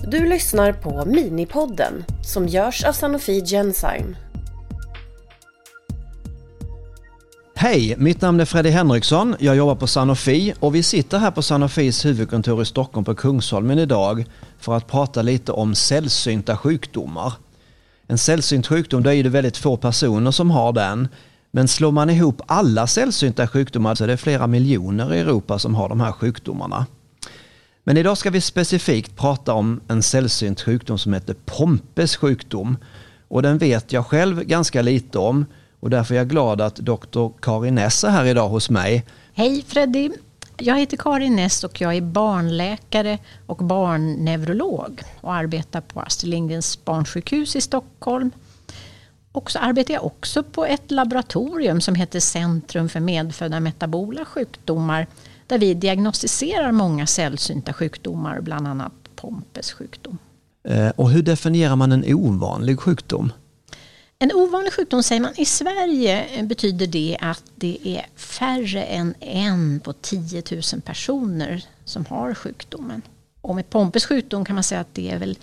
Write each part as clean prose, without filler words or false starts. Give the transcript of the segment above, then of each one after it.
Du lyssnar på Minipodden som görs av Sanofi Genzyme. Hej, mitt namn är Freddy Henriksson. Jag jobbar på Sanofi och vi sitter här på Sanofis huvudkontor i Stockholm på Kungsholmen idag för att prata lite om sällsynta sjukdomar. En sällsynt sjukdom, då är det väldigt få personer som har den. Men slår man ihop alla sällsynta sjukdomar så är det flera miljoner i Europa som har de här sjukdomarna. Men idag ska vi specifikt prata om en sällsynt sjukdom som heter Pompes sjukdom. Och den vet jag själv ganska lite om. Och därför är jag glad att Dr. Karin Ness är här idag hos mig. Hej Freddy, jag heter Karin Ness och jag är barnläkare och barnneurolog och arbetar på Astrid Lindgrens barnsjukhus i Stockholm. Och så arbetar jag också på ett laboratorium som heter Centrum för medfödda metabola sjukdomar där vi diagnostiserar många sällsynta sjukdomar, bland annat Pompes sjukdom. Och hur definierar man en ovanlig sjukdom? En ovanlig sjukdom säger man i Sverige betyder det att det är färre än 1 på 10 000 personer som har sjukdomen. Och med Pompes sjukdom kan man säga att det är väl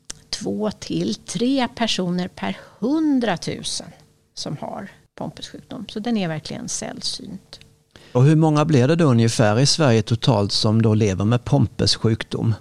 2 till 3 personer per 100 000 som har Pompes sjukdom. Så den är verkligen sällsynt. Och hur många blir det då ungefär i Sverige totalt som då lever med Pompes sjukdom?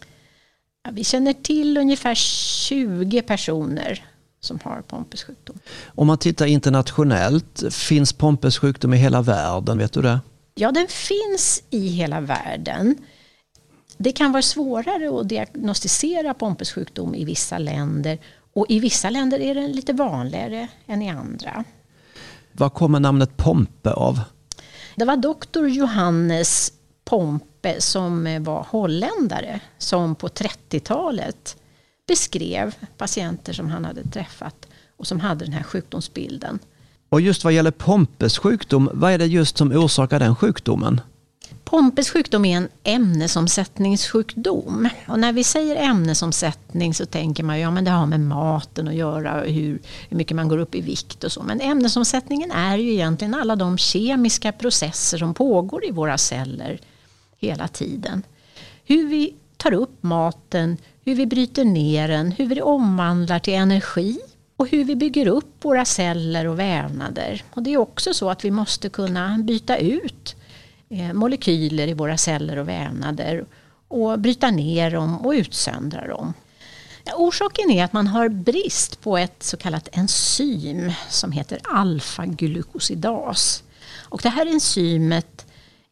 Ja, vi känner till ungefär 20 personer som har Pompes sjukdom. Om man tittar internationellt, finns Pompes sjukdom i hela världen, vet du det? Ja, den finns i hela världen. Det kan vara svårare att diagnostisera Pompes sjukdom i vissa länder. Och i vissa länder är den lite vanligare än i andra. Vad kommer namnet Pompe av? Det var doktor Johannes Pompe som var holländare som på 30-talet beskrev patienter som han hade träffat och som hade den här sjukdomsbilden. Och just vad gäller Pompes sjukdom, vad är det just som orsakar den sjukdomen? Pompes sjukdom är en ämnesomsättningssjukdom. Och när vi säger ämnesomsättning så tänker man, ja men det har med maten att göra och hur mycket man går upp i vikt och så. Men ämnesomsättningen är ju egentligen alla de kemiska processer som pågår i våra celler hela tiden. Hur vi tar upp maten, hur vi bryter ner den, hur vi omvandlar till energi och hur vi bygger upp våra celler och vävnader. Och det är också så att vi måste kunna byta ut molekyler i våra celler och vävnader och bryta ner dem och utsöndra dem. Orsaken är att man har brist på ett så kallat enzym som heter alfa-glukosidas. Och det här enzymet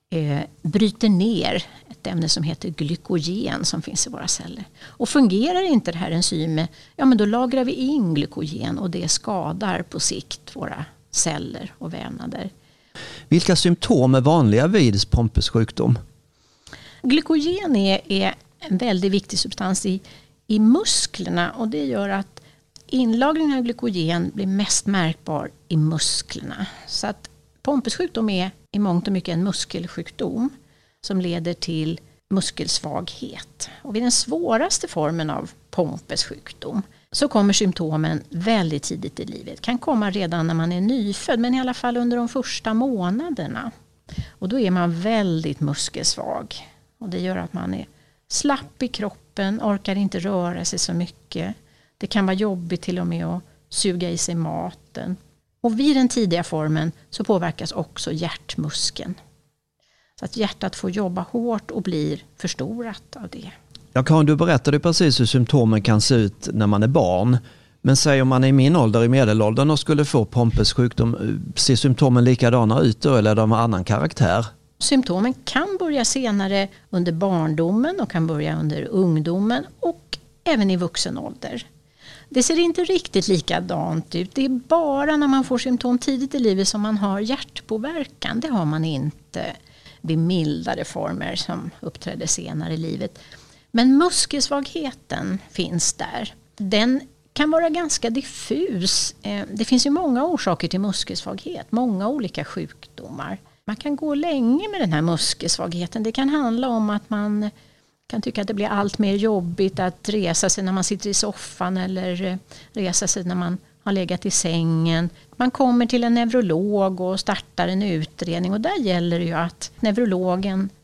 bryter ner ett ämne som heter glykogen som finns i våra celler. Och fungerar inte det här enzymet, ja men då lagrar vi in glykogen och det skadar på sikt våra celler och vävnader. Vilka symptom är vanliga vid Pompes sjukdom? Glykogen är en väldigt viktig substans i musklerna och det gör att inlagringen av glykogen blir mest märkbar i musklerna. Så att Pompes sjukdom är i mångt och mycket en muskelsjukdom som leder till muskelsvaghet. Och vid den svåraste formen av Pompes sjukdom så kommer symptomen väldigt tidigt i livet. Kan komma redan när man är nyfödd men i alla fall under de första månaderna. Och då är man väldigt muskelsvag. Och det gör att man är slapp i kroppen, orkar inte röra sig så mycket. Det kan vara jobbigt till och med att suga i sig maten. Och vid den tidiga formen så påverkas också hjärtmuskeln. Så att hjärtat får jobba hårt och blir förstorat av det. Ja, Karin, du berättade precis hur symptomen kan se ut när man är barn. Men säg om man är i min ålder, i medelåldern och skulle få Pompes sjukdom, ser symptomen likadana ut då, eller är de av annan karaktär? Symptomen kan börja senare under barndomen och kan börja under ungdomen och även i vuxen ålder. Det ser inte riktigt likadant ut. Det är bara när man får symptom tidigt i livet som man har hjärtpåverkan. Det har man inte vid mildare former som uppträder senare i livet. Men muskelsvagheten finns där. Den kan vara ganska diffus. Det finns ju många orsaker till muskelsvaghet, många olika sjukdomar. Man kan gå länge med den här muskelsvagheten. Det kan handla om att man kan tycka att det blir allt mer jobbigt att resa sig när man sitter i soffan eller resa sig när man har legat i sängen. Man kommer till en neurolog och startar en utredning och där gäller det ju att neurologen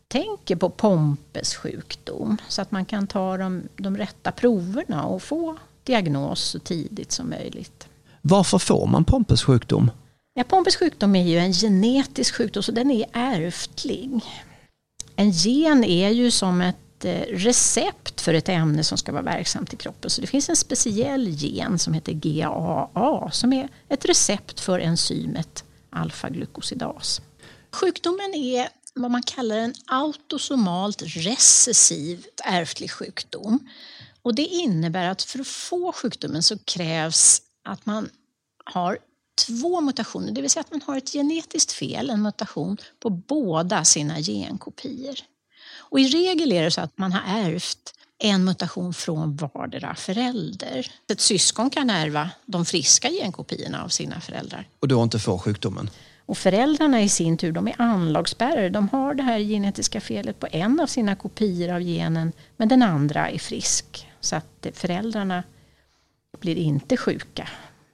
tänker på Pompes sjukdom så att man kan ta de rätta proverna och få diagnos så tidigt som möjligt. Varför får man Pompes sjukdom? Ja, Pompes sjukdom är ju en genetisk sjukdom så den är ärftlig. En gen är ju som ett recept för ett ämne som ska vara verksamt i kroppen. Så det finns en speciell gen som heter GAA som är ett recept för enzymet alfa-glukosidas. Sjukdomen är vad man kallar en autosomalt recessiv ärftlig sjukdom. Och det innebär att för att få sjukdomen så krävs att man har 2 mutationer. Det vill säga att man har ett genetiskt fel, en mutation på båda sina genkopior. Och i regel är det så att man har ärvt en mutation från vardera förälder. Ett syskon kan ärva de friska genkopiorna av sina föräldrar. Och då inte får sjukdomen? Och föräldrarna i sin tur, de är anlagsbärare. De har det här genetiska felet på en av sina kopior av genen, men den andra är frisk. Så att föräldrarna blir inte sjuka.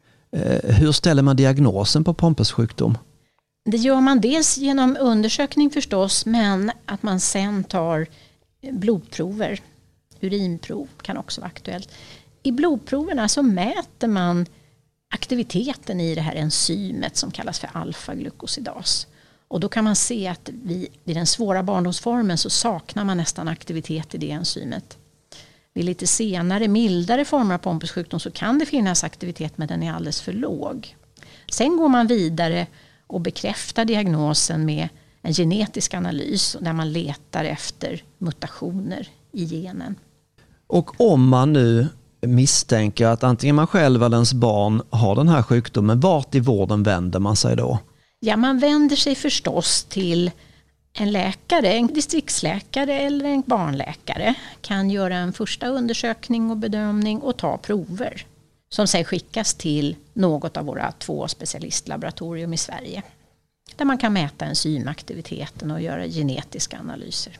Hur ställer man diagnosen på Pompes sjukdom? Det gör man dels genom undersökning förstås, men att man sen tar blodprover. Urinprov kan också vara aktuellt. I blodproverna så mäter man aktiviteten i det här enzymet som kallas för alfa-glukosidas. Och då kan man se att vid den svåra barndomsformen så saknar man nästan aktivitet i det enzymet. Vid lite senare, mildare former av Pompes sjukdom så kan det finnas aktivitet, men den är alldeles för låg. Sen går man vidare och bekräftar diagnosen med en genetisk analys där man letar efter mutationer i genen. Och om man nu misstänker att antingen man själv eller ens barn har den här sjukdomen, vart i vården vänder man sig då? Ja, man vänder sig förstås till en läkare, en distriktsläkare eller en barnläkare kan göra en första undersökning och bedömning och ta prover som sedan skickas till något av våra 2 specialistlaboratorium i Sverige där man kan mäta enzymaktiviteten och göra genetiska analyser.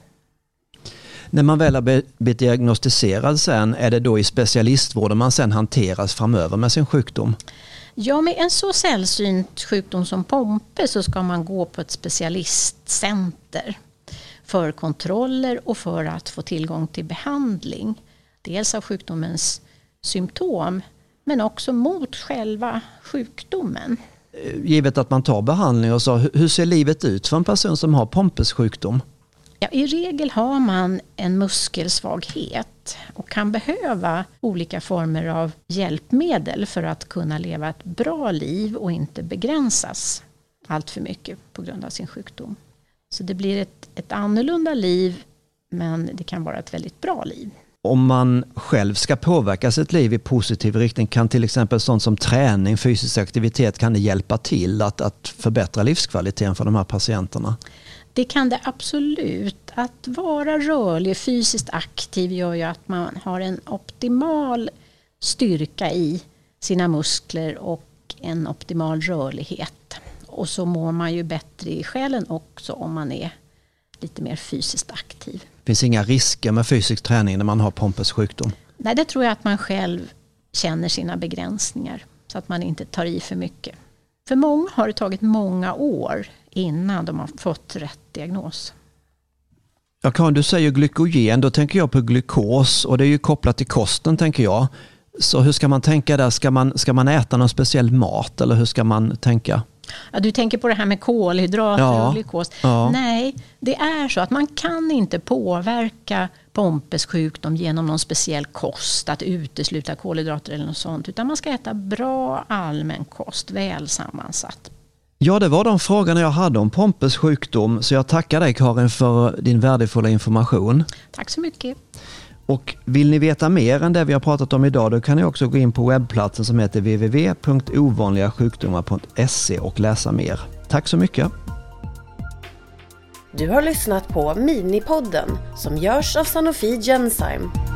När man väl har blivit diagnostiserad sen, är det då i specialistvården man sen hanteras framöver med sin sjukdom? Ja, med en så sällsynt sjukdom som Pompe så ska man gå på ett specialistcenter för kontroller och för att få tillgång till behandling. Dels av sjukdomens symptom men också mot själva sjukdomen. Givet att man tar behandling och så, hur ser livet ut för en person som har Pompes sjukdom? Ja, i regel har man en muskelsvaghet och kan behöva olika former av hjälpmedel för att kunna leva ett bra liv och inte begränsas allt för mycket på grund av sin sjukdom. Så det blir ett annorlunda liv, men det kan vara ett väldigt bra liv. Om man själv ska påverka sitt liv i positiv riktning, kan till exempel sånt som träning, fysisk aktivitet, kan det hjälpa till att förbättra livskvaliteten för de här patienterna? Det kan det absolut. Att vara rörlig, fysiskt aktiv gör ju att man har en optimal styrka i sina muskler och en optimal rörlighet. Och så mår man ju bättre i själen också om man är lite mer fysiskt aktiv. Det finns inga risker med fysisk träning när man har Pompes sjukdom? Nej, det tror jag att man själv känner sina begränsningar så att man inte tar i för mycket. För många har det tagit många år innan de har fått rätt diagnos. Ja, Karin, du säger glykogen, då tänker jag på glukos och det är ju kopplat till kosten tänker jag. Så hur ska man tänka där? Ska man äta någon speciell mat eller hur ska man tänka? Ja, du tänker på det här med kolhydrater och glukos. Ja. Nej, det är så att man kan inte påverka Pompes sjukdom genom någon speciell kost, att utesluta kolhydrater eller något sånt, utan man ska äta bra allmän kost, väl sammansatt. Ja, det var de frågorna jag hade om Pompes sjukdom, så jag tackar dig Karin för din värdefulla information. Tack så mycket. Och vill ni veta mer än det vi har pratat om idag, då kan ni också gå in på webbplatsen som heter www.ovanligasjukdomar.se och läsa mer. Tack så mycket. Du har lyssnat på Minipodden som görs av Sanofi Genzyme.